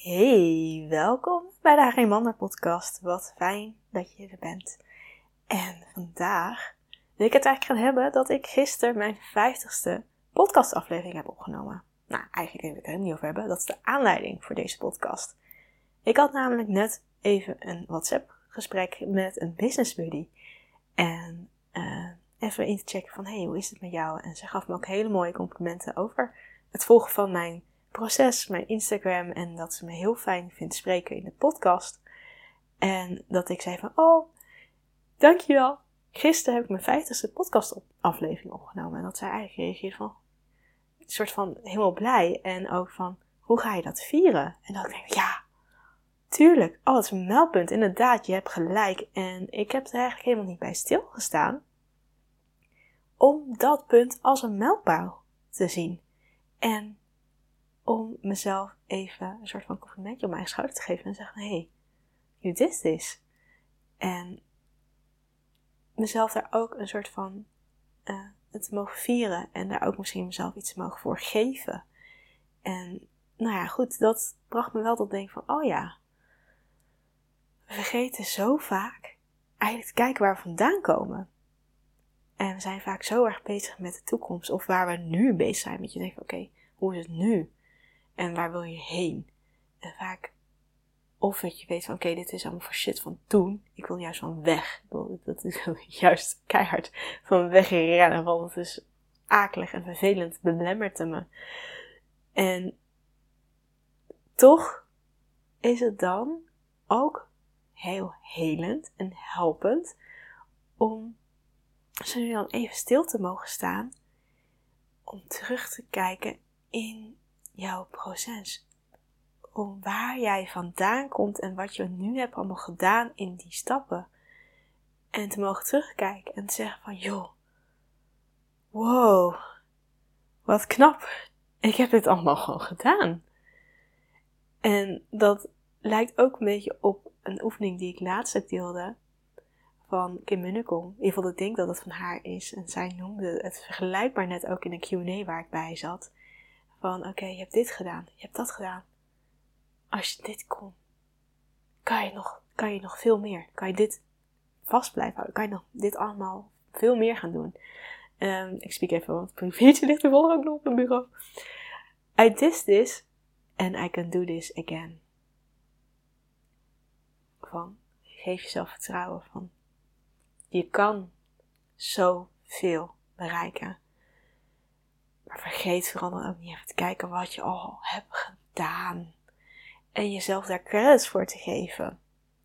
Hey, welkom bij de Agemander podcast. Wat fijn dat je er bent. En vandaag wil ik het eigenlijk gaan hebben dat ik gisteren mijn 50ste podcastaflevering heb opgenomen. Nou, eigenlijk wil ik het er niet over hebben. Dat is de aanleiding voor deze podcast. Ik had namelijk net even een WhatsApp gesprek met een business buddy. En even in te checken van, hey, hoe is het met jou? En ze gaf me ook hele mooie complimenten over het volgen van mijn proces, mijn Instagram. En dat ze me heel fijn vindt spreken in de podcast. En dat ik zei van, oh, dankjewel. Gisteren heb ik mijn 50ste podcastaflevering opgenomen. En dat zij eigenlijk reageerde van, een soort van helemaal blij. En ook van, hoe ga je dat vieren? En dan denk ik, ja, tuurlijk. Oh, dat is een meldpunt. Inderdaad, je hebt gelijk. En ik heb er eigenlijk helemaal niet bij stilgestaan. Om dat punt als een mijlpaal te zien. En om mezelf even een soort van complimentje op mijn schouder te geven. En zeggen, hey, you did this. En mezelf daar ook een soort van het te mogen vieren. En daar ook misschien mezelf iets te mogen voor geven. En nou ja, goed, dat bracht me wel tot denken van, oh ja. We vergeten zo vaak eigenlijk te kijken waar we vandaan komen. En we zijn vaak zo erg bezig met de toekomst. Of waar we nu bezig zijn. Dat je denkt, oké, hoe is het nu? En waar wil je heen? En vaak, of dat je weet van, oké, dit is allemaal voor shit van toen. Ik wil juist van weg. Dat is juist keihard van wegrennen. Want het is akelig en vervelend. Het belemmert me. En toch is het dan ook heel helend en helpend om zo nu dan even stil te mogen staan, om terug te kijken in jouw proces. Om waar jij vandaan komt en wat je nu hebt allemaal gedaan in die stappen. En te mogen terugkijken en te zeggen van, joh, wow, wat knap. Ik heb dit allemaal gewoon gedaan. En dat lijkt ook een beetje op een oefening die ik laatst deelde van Kim Munnekom. In ieder geval, ik denk dat het van haar is. En zij noemde het vergelijkbaar net ook in een Q&A waar ik bij zat. Van, oké, je hebt dit gedaan. Je hebt dat gedaan. Als je dit kon, kan je nog veel meer. Kan je dit vast blijven houden. Kan je nog dit allemaal veel meer gaan doen. Ik spreek even, want het priviertje ligt toevallig ook nog op mijn bureau. I did this and I can do this again. Van, geef jezelf vertrouwen van, je kan zoveel bereiken. Maar vergeet vooral dan ook niet even te kijken wat je al hebt gedaan. En jezelf daar credits voor te geven.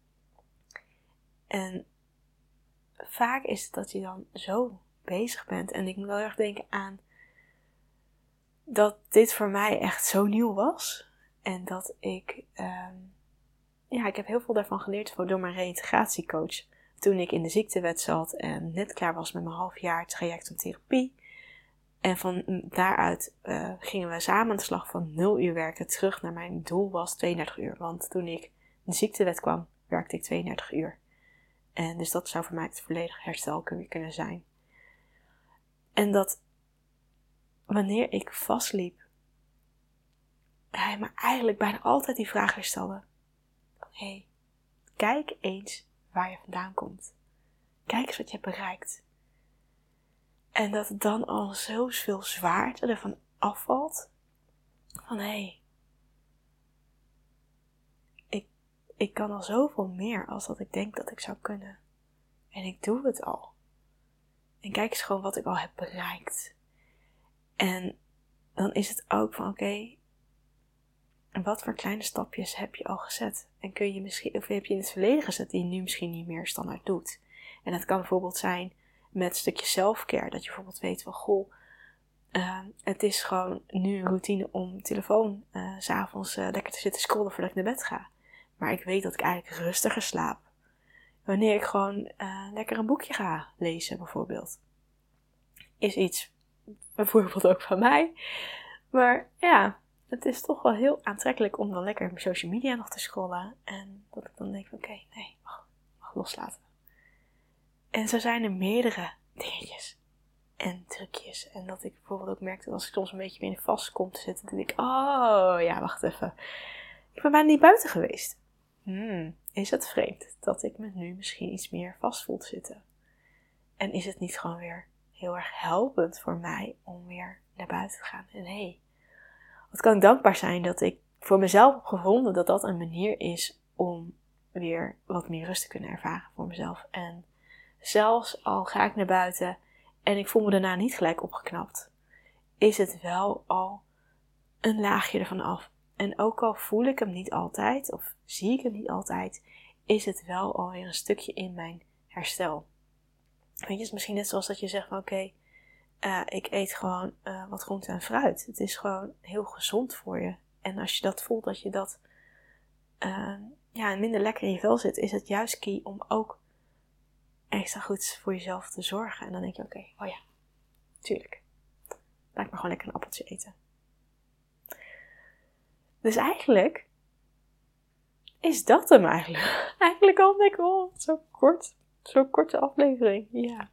En vaak is het dat je dan zo bezig bent. En ik moet wel erg denken aan dat dit voor mij echt zo nieuw was. En dat ik heb heel veel daarvan geleerd door mijn reïntegratiecoach. Toen ik in de ziektewet zat en net klaar was met mijn halfjaar traject om therapie. En van daaruit gingen we samen aan de slag van 0 uur werken terug naar mijn doel was 32 uur. Want toen ik in de ziektewet kwam, werkte ik 32 uur. En dus dat zou voor mij het volledige herstel kunnen zijn. En dat wanneer ik vastliep, hij me eigenlijk bijna altijd die vraag weer stelde. Hey, kijk eens waar je vandaan komt. Kijk eens wat je hebt bereikt. En dat het dan al zoveel zwaarte ervan afvalt. Van hey, ik kan al zoveel meer als dat ik denk dat ik zou kunnen. En ik doe het al. En kijk eens gewoon wat ik al heb bereikt. En dan is het ook van oké, en wat voor kleine stapjes heb je al gezet? En kun je misschien, of heb je in het verleden gezet die je nu misschien niet meer standaard doet? En dat kan bijvoorbeeld zijn met een stukje self-care. Dat je bijvoorbeeld weet van goh, het is gewoon nu een routine om telefoon 's avonds lekker te zitten scrollen voordat ik naar bed ga. Maar ik weet dat ik eigenlijk rustiger slaap. Wanneer ik gewoon lekker een boekje ga lezen bijvoorbeeld. Is iets bijvoorbeeld ook van mij. Maar ja, het is toch wel heel aantrekkelijk om dan lekker op social media nog te scrollen. En dat ik dan denk van oké, nee, mag loslaten. En zo zijn er meerdere dingetjes en trucjes. En dat ik bijvoorbeeld ook merkte als ik soms een beetje binnen vast kom te zitten. Dan denk ik, oh ja, wacht even. Ik ben bijna niet buiten geweest. Is het vreemd dat ik me nu misschien iets meer vast voel zitten? En is het niet gewoon weer heel erg helpend voor mij om weer naar buiten te gaan? En wat kan ik dankbaar zijn dat ik voor mezelf heb gevonden dat dat een manier is om weer wat meer rust te kunnen ervaren voor mezelf. En zelfs al ga ik naar buiten en ik voel me daarna niet gelijk opgeknapt, is het wel al een laagje ervan af. En ook al voel ik hem niet altijd, of zie ik hem niet altijd, is het wel alweer een stukje in mijn herstel. Weet je, het is misschien net zoals dat je zegt van oké, ik eet gewoon wat groente en fruit. Het is gewoon heel gezond voor je. En als je dat voelt, dat je dat minder lekker in je vel zit, is het juist key om ook extra goed voor jezelf te zorgen. En dan denk je oké, oh ja, tuurlijk. Laat ik maar gewoon lekker een appeltje eten. Dus eigenlijk is dat hem eigenlijk. Eigenlijk al denk ik, oh, zo'n korte aflevering. Ja.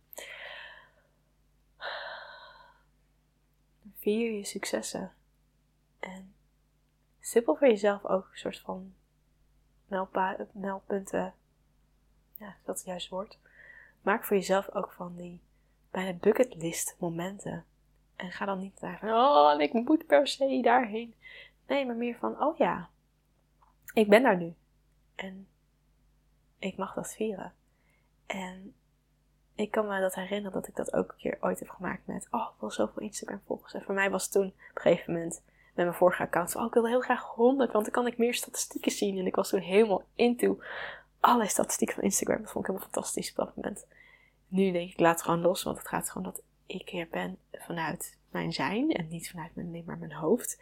Vier je successen. En stippel voor jezelf ook een soort van meldpunten. Ja, dat is het juiste woord. Maak voor jezelf ook van die bijna bucketlist momenten. En ga dan niet daar van, oh, ik moet per se daarheen. Nee, maar meer van, oh ja, ik ben daar nu. En ik mag dat vieren. En ik kan me dat herinneren dat ik dat ook een keer ooit heb gemaakt met, oh, ik wil zoveel Instagram volgers. En voor mij was het toen op een gegeven moment met mijn vorige account, ik wilde heel graag 100, want dan kan ik meer statistieken zien. En ik was toen helemaal into alle statistieken van Instagram. Dat vond ik helemaal fantastisch op dat moment. Nu denk ik, laat het gewoon los, want het gaat gewoon dat ik er ben vanuit mijn zijn en niet vanuit alleen maar mijn hoofd.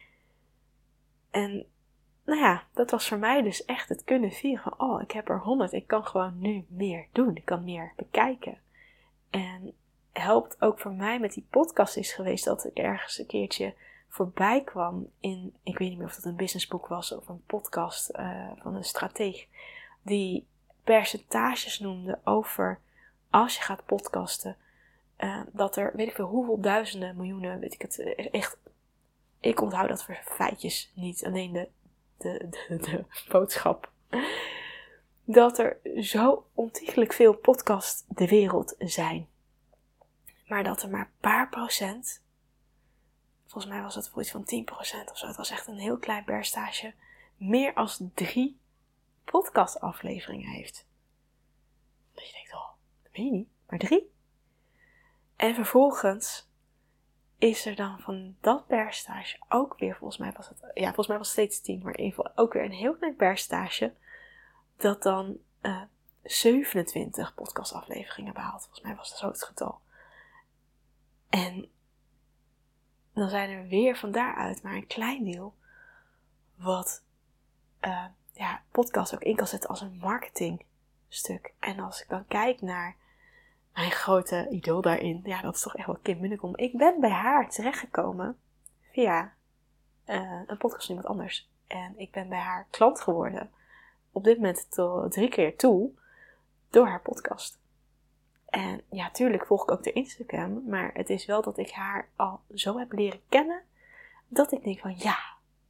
En nou ja, dat was voor mij dus echt het kunnen vieren van, oh, ik heb er 100. Ik kan gewoon nu meer doen. Ik kan meer bekijken. En helpt ook voor mij met die podcast is geweest dat ik ergens een keertje voorbij kwam in, ik weet niet meer of dat een businessboek was of een podcast van een strateeg, die percentages noemde over als je gaat podcasten, dat er, weet ik veel, hoeveel duizenden, miljoenen, weet ik het, echt, ik onthoud dat voor feitjes, niet alleen de boodschap. Dat er zo ontiegelijk veel podcasts de wereld zijn. Maar dat er maar een paar procent, volgens mij was het voor iets van 10% of zo, het was echt een heel klein percentage, meer als 3 podcastafleveringen heeft. Dat je denkt, oh, dat weet je niet, maar 3. En vervolgens is er dan van dat percentage ook weer, volgens mij was het steeds 10, maar in ieder geval ook weer een heel klein percentage dat dan 27 podcastafleveringen behaalt. Volgens mij was dat zo het getal. En dan zijn er weer van daaruit maar een klein deel wat podcast ook in kan zetten als een marketingstuk. En als ik dan kijk naar mijn grote idool daarin, ja, dat is toch echt wel Kim Munnekom. Ik ben bij haar terechtgekomen via een podcast van iemand anders. En ik ben bij haar klant geworden. Op dit moment tot 3 keer toe door haar podcast. En ja, tuurlijk volg ik ook de Instagram, maar het is wel dat ik haar al zo heb leren kennen, dat ik denk van ja,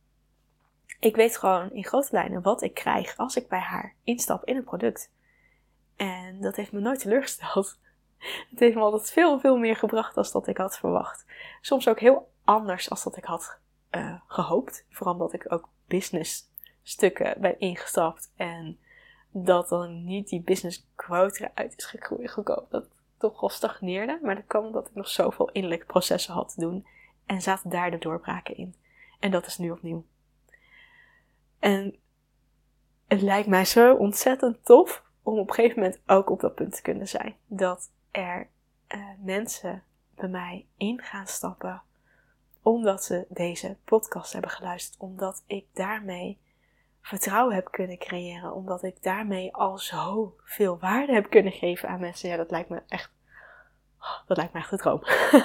ik weet gewoon in grote lijnen wat ik krijg als ik bij haar instap in een product. En dat heeft me nooit teleurgesteld. Het heeft me altijd veel, veel meer gebracht dan dat ik had verwacht. Soms ook heel anders dan dat ik had gehoopt. Vooral omdat ik ook business stukken ben ingestapt en dat dan niet die business quote eruit is gekomen. Dat het toch wel stagneerde. Maar dat kwam omdat ik nog zoveel innerlijke processen had te doen. En zaten daar de doorbraken in. En dat is nu opnieuw. En het lijkt mij zo ontzettend tof om op een gegeven moment ook op dat punt te kunnen zijn. Dat er mensen bij mij in gaan stappen. Omdat ze deze podcast hebben geluisterd. Omdat ik daarmee vertrouwen heb kunnen creëren. Omdat ik daarmee al zoveel waarde heb kunnen geven aan mensen. Ja, dat lijkt me echt de droom.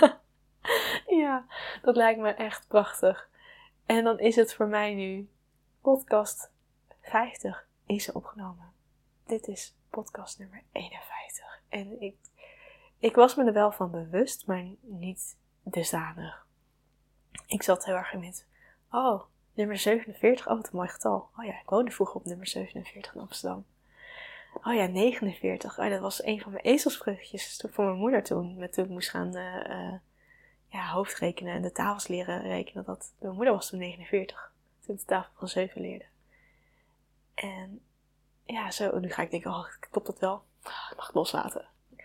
Ja, dat lijkt me echt prachtig. En dan is het voor mij nu podcast 50 is er opgenomen. Dit is podcast nummer 51. En ik was me er wel van bewust, maar niet dusdanig. Ik zat heel erg in met, Nummer 47, oh wat een mooi getal. Oh ja, ik woonde vroeger op nummer 47 in Amsterdam. Oh ja, 49. Oh, dat was een van mijn ezelsbruggetjes voor mijn moeder toen ik moest gaan hoofdrekenen en de tafels leren rekenen. Mijn moeder was toen 49, toen ik de tafel van 7 leerde. En ja, zo, nu ga ik denken, oh, klopt dat wel? Ik mag het loslaten.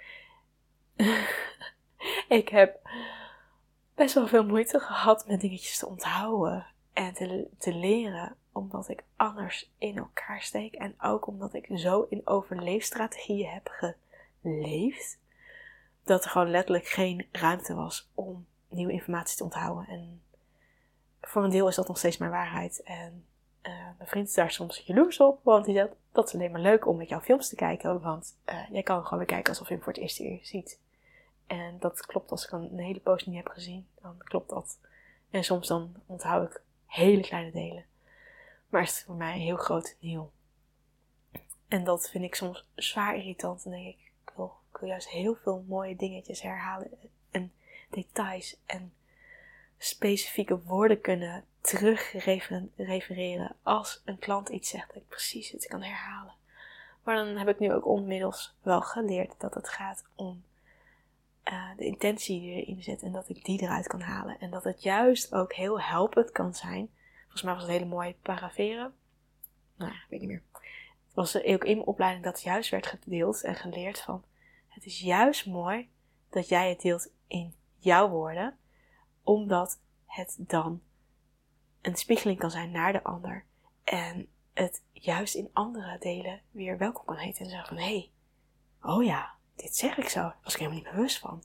Ik heb best wel veel moeite gehad met dingetjes te onthouden en te leren, omdat ik anders in elkaar steek. En ook omdat ik zo in overleefstrategieën heb geleefd, dat er gewoon letterlijk geen ruimte was om nieuwe informatie te onthouden. En voor een deel is dat nog steeds mijn waarheid. En mijn vriend is daar soms jaloers op, want die zegt, dat is alleen maar leuk om met jouw films te kijken, want jij kan gewoon weer kijken alsof je hem voor het eerst ziet. En dat klopt, als ik een hele poos niet heb gezien, dan klopt dat. En soms dan onthoud ik hele kleine delen. Maar is het voor mij een heel groot nieuw. En dat vind ik soms zwaar irritant. Dan denk ik wil juist heel veel mooie dingetjes herhalen. En details en specifieke woorden kunnen terugrefereren als een klant iets zegt, dat ik precies het kan herhalen. Maar dan heb ik nu ook onmiddels wel geleerd dat het gaat om de intentie die erin zit en dat ik die eruit kan halen. En dat het juist ook heel helpend kan zijn. Volgens mij was het een hele mooie paraveren. Nou ja, weet niet meer. Het was ook in mijn opleiding dat juist werd gedeeld en geleerd van, het is juist mooi dat jij het deelt in jouw woorden, omdat het dan een spiegeling kan zijn naar de ander. En het juist in andere delen weer welkom kan heten en zeggen van, hé, oh ja, dit zeg ik zo. Daar was ik helemaal niet bewust van.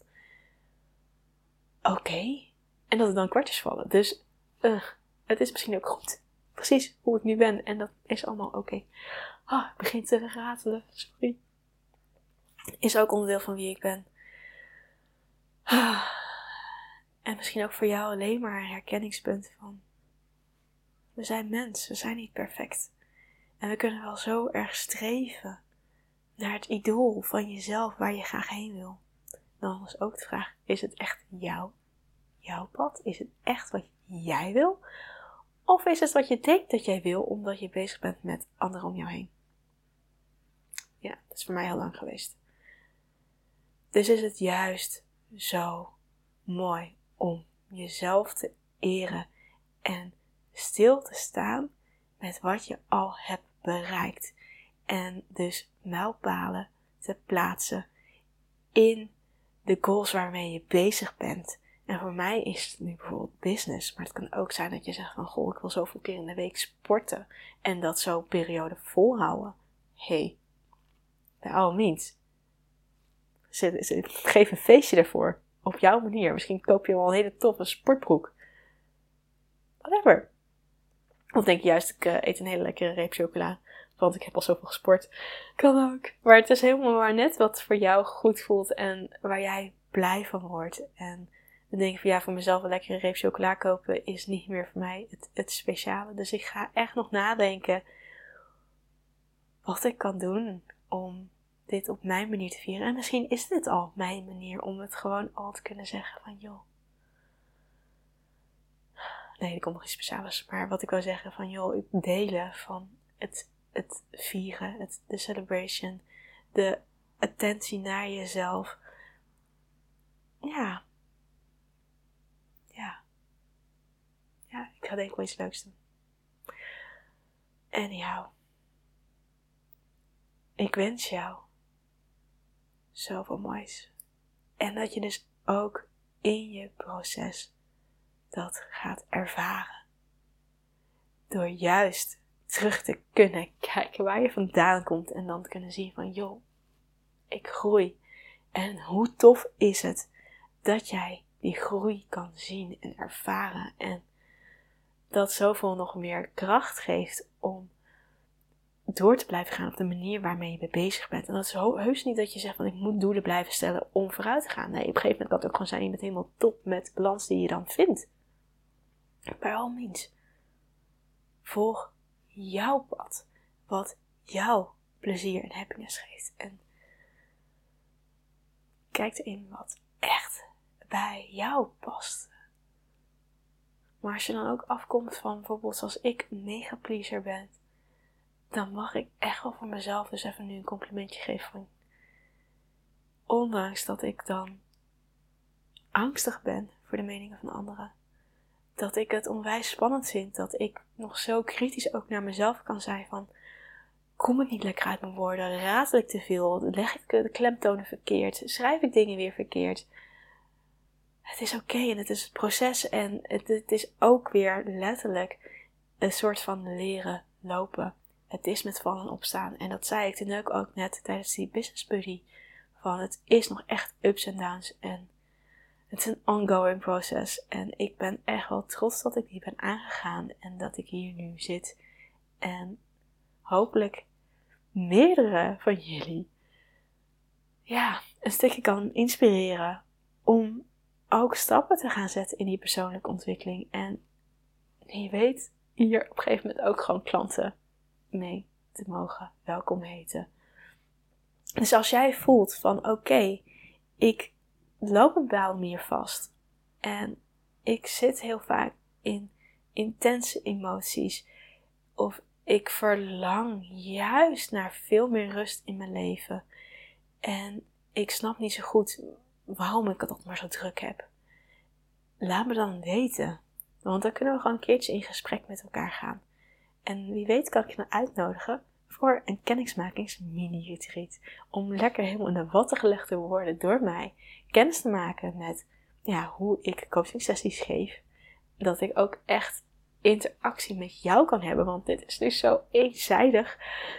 Oké. En dat er dan kwartjes vallen. Dus het is misschien ook goed. Precies hoe ik nu ben. En dat is allemaal oké. Ik begin te ratelen. Sorry. Is ook onderdeel van wie ik ben. En misschien ook voor jou alleen maar een herkenningspunt van, we zijn mens. We zijn niet perfect. En we kunnen wel zo erg streven naar het idool van jezelf waar je graag heen wil. Dan is ook de vraag, is het echt jouw pad? Is het echt wat jij wil? Of is het wat je denkt dat jij wil, omdat je bezig bent met anderen om jou heen? Ja, dat is voor mij heel lang geweest. Dus is het juist zo mooi om jezelf te eren en stil te staan met wat je al hebt bereikt. En dus mijlpalen te plaatsen in de goals waarmee je bezig bent. En voor mij is het nu bijvoorbeeld business. Maar het kan ook zijn dat je zegt van, goh, ik wil zoveel keer in de week sporten. En dat zo'n periode volhouden. Hey, by all means. Geef een feestje daarvoor. Op jouw manier. Misschien koop je wel een hele toffe sportbroek. Whatever. Of denk je juist, ik eet een hele lekkere reep chocola. Want ik heb al zoveel gesport. Kan ook. Maar het is helemaal maar net wat voor jou goed voelt. En waar jij blij van wordt. En dan denk ik van, ja, voor mezelf een lekkere reep chocola kopen is niet meer voor mij het speciale. Dus ik ga echt nog nadenken wat ik kan doen om dit op mijn manier te vieren. En misschien is dit al mijn manier om het gewoon al te kunnen zeggen van, joh. Nee, er komt nog iets speciaals. Maar wat ik wil zeggen van, joh, het delen van het vieren, de celebration, de attentie naar jezelf. Ja, ik ga denk ik wel iets leuks doen. Anyhow, ik wens jou zoveel moois. En dat je dus ook in je proces dat gaat ervaren. Door juist terug te kunnen kijken waar je vandaan komt. En dan te kunnen zien van, joh, ik groei. En hoe tof is het dat jij die groei kan zien en ervaren. En dat zoveel nog meer kracht geeft om door te blijven gaan op de manier waarmee je mee bezig bent. En dat is heus niet dat je zegt van, ik moet doelen blijven stellen om vooruit te gaan. Nee, op een gegeven moment kan het ook gewoon zijn, je bent helemaal top met de balans die je dan vindt. By all means. Volg jouw pad. Wat jou plezier en happiness geeft. En kijk erin wat echt bij jou past. Maar als je dan ook afkomt van bijvoorbeeld zoals ik een mega pleaser ben, dan mag ik echt wel voor mezelf dus even nu een complimentje geven. Van, ondanks dat ik dan angstig ben voor de meningen van anderen. Dat ik het onwijs spannend vind. Dat ik nog zo kritisch ook naar mezelf kan zijn van, kom ik niet lekker uit mijn woorden? Ratel ik te veel? Leg ik de klemtonen verkeerd? Schrijf ik dingen weer verkeerd? Het is oké en het is het proces en het is ook weer letterlijk een soort van leren lopen. Het is met vallen en opstaan. En dat zei ik toen ook net tijdens die business buddy. Van het is nog echt ups en downs en het is een ongoing proces. En ik ben echt wel trots dat ik die ben aangegaan en dat ik hier nu zit. En hopelijk meerdere van jullie een stukje kan inspireren om ook stappen te gaan zetten in die persoonlijke ontwikkeling. En wie weet, hier op een gegeven moment ook gewoon klanten mee te mogen welkom heten. Dus als jij voelt van oké, ik loop een bepaalde manier vast. En ik zit heel vaak in intense emoties. Of ik verlang juist naar veel meer rust in mijn leven. En ik snap niet zo goed waarom ik het maar zo druk heb. Laat me dan weten. Want dan kunnen we gewoon een keertje in gesprek met elkaar gaan. En wie weet kan ik je dan uitnodigen voor een kennismakings-mini-retreat. Om lekker helemaal in de watten gelegd te worden door mij. Kennis te maken met hoe ik coaching sessies geef. Dat ik ook echt interactie met jou kan hebben. Want dit is dus zo eenzijdig.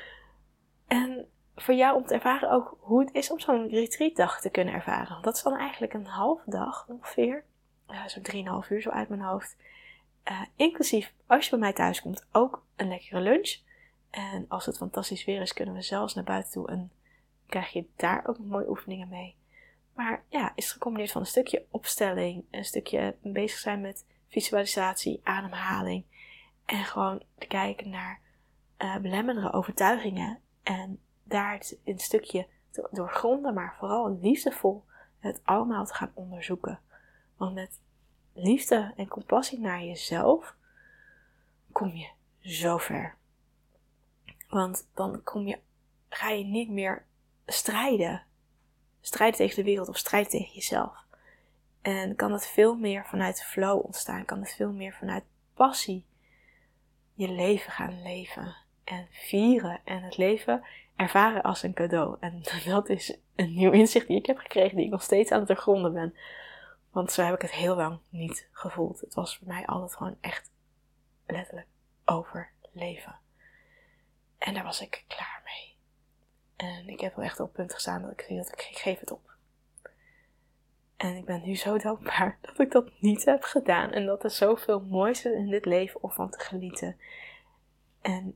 En voor jou om te ervaren ook hoe het is om zo'n retreatdag te kunnen ervaren. Dat is dan eigenlijk een halve dag ongeveer. Zo'n 3,5 uur zo uit mijn hoofd. Inclusief als je bij mij thuis komt ook een lekkere lunch. En als het fantastisch weer is kunnen we zelfs naar buiten toe. En krijg je daar ook mooie oefeningen mee. Maar is gecombineerd van een stukje opstelling. Een stukje bezig zijn met visualisatie, ademhaling. En gewoon te kijken naar belemmerende overtuigingen. En daar een stukje te doorgronden, maar vooral liefdevol het allemaal te gaan onderzoeken. Want met liefde en compassie naar jezelf kom je zo ver. Want dan ga je niet meer strijden. Strijden tegen de wereld of strijden tegen jezelf. En kan het veel meer vanuit flow ontstaan. Kan het veel meer vanuit passie je leven gaan leven. En vieren. En het leven ervaren als een cadeau. En dat is een nieuw inzicht die ik heb gekregen. Die ik nog steeds aan het doorgronden ben. Want zo heb ik het heel lang niet gevoeld. Het was voor mij altijd gewoon echt letterlijk overleven. En daar was ik klaar mee. En ik heb wel echt op het punt gestaan dat ik geef het op. En ik ben nu zo dankbaar dat ik dat niet heb gedaan. En dat er zoveel moois is in dit leven om van te genieten. En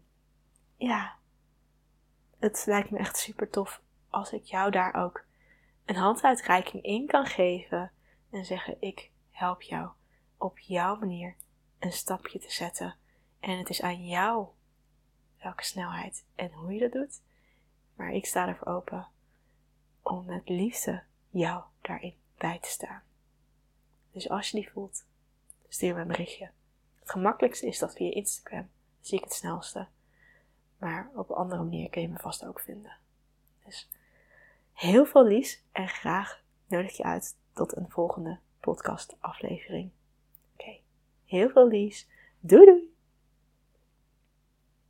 het lijkt me echt super tof als ik jou daar ook een handuitreiking in kan geven. En zeggen, ik help jou op jouw manier een stapje te zetten. En het is aan jou welke snelheid en hoe je dat doet. Maar ik sta ervoor open om met liefde jou daarin bij te staan. Dus als je die voelt, stuur me een berichtje. Het gemakkelijkste is dat via Instagram. Dan zie ik het snelste. Maar op een andere manier kun je me vast ook vinden. Dus heel veel liefs en graag nodig je uit tot een volgende podcast aflevering. Oké, heel veel liefs. Doei doei!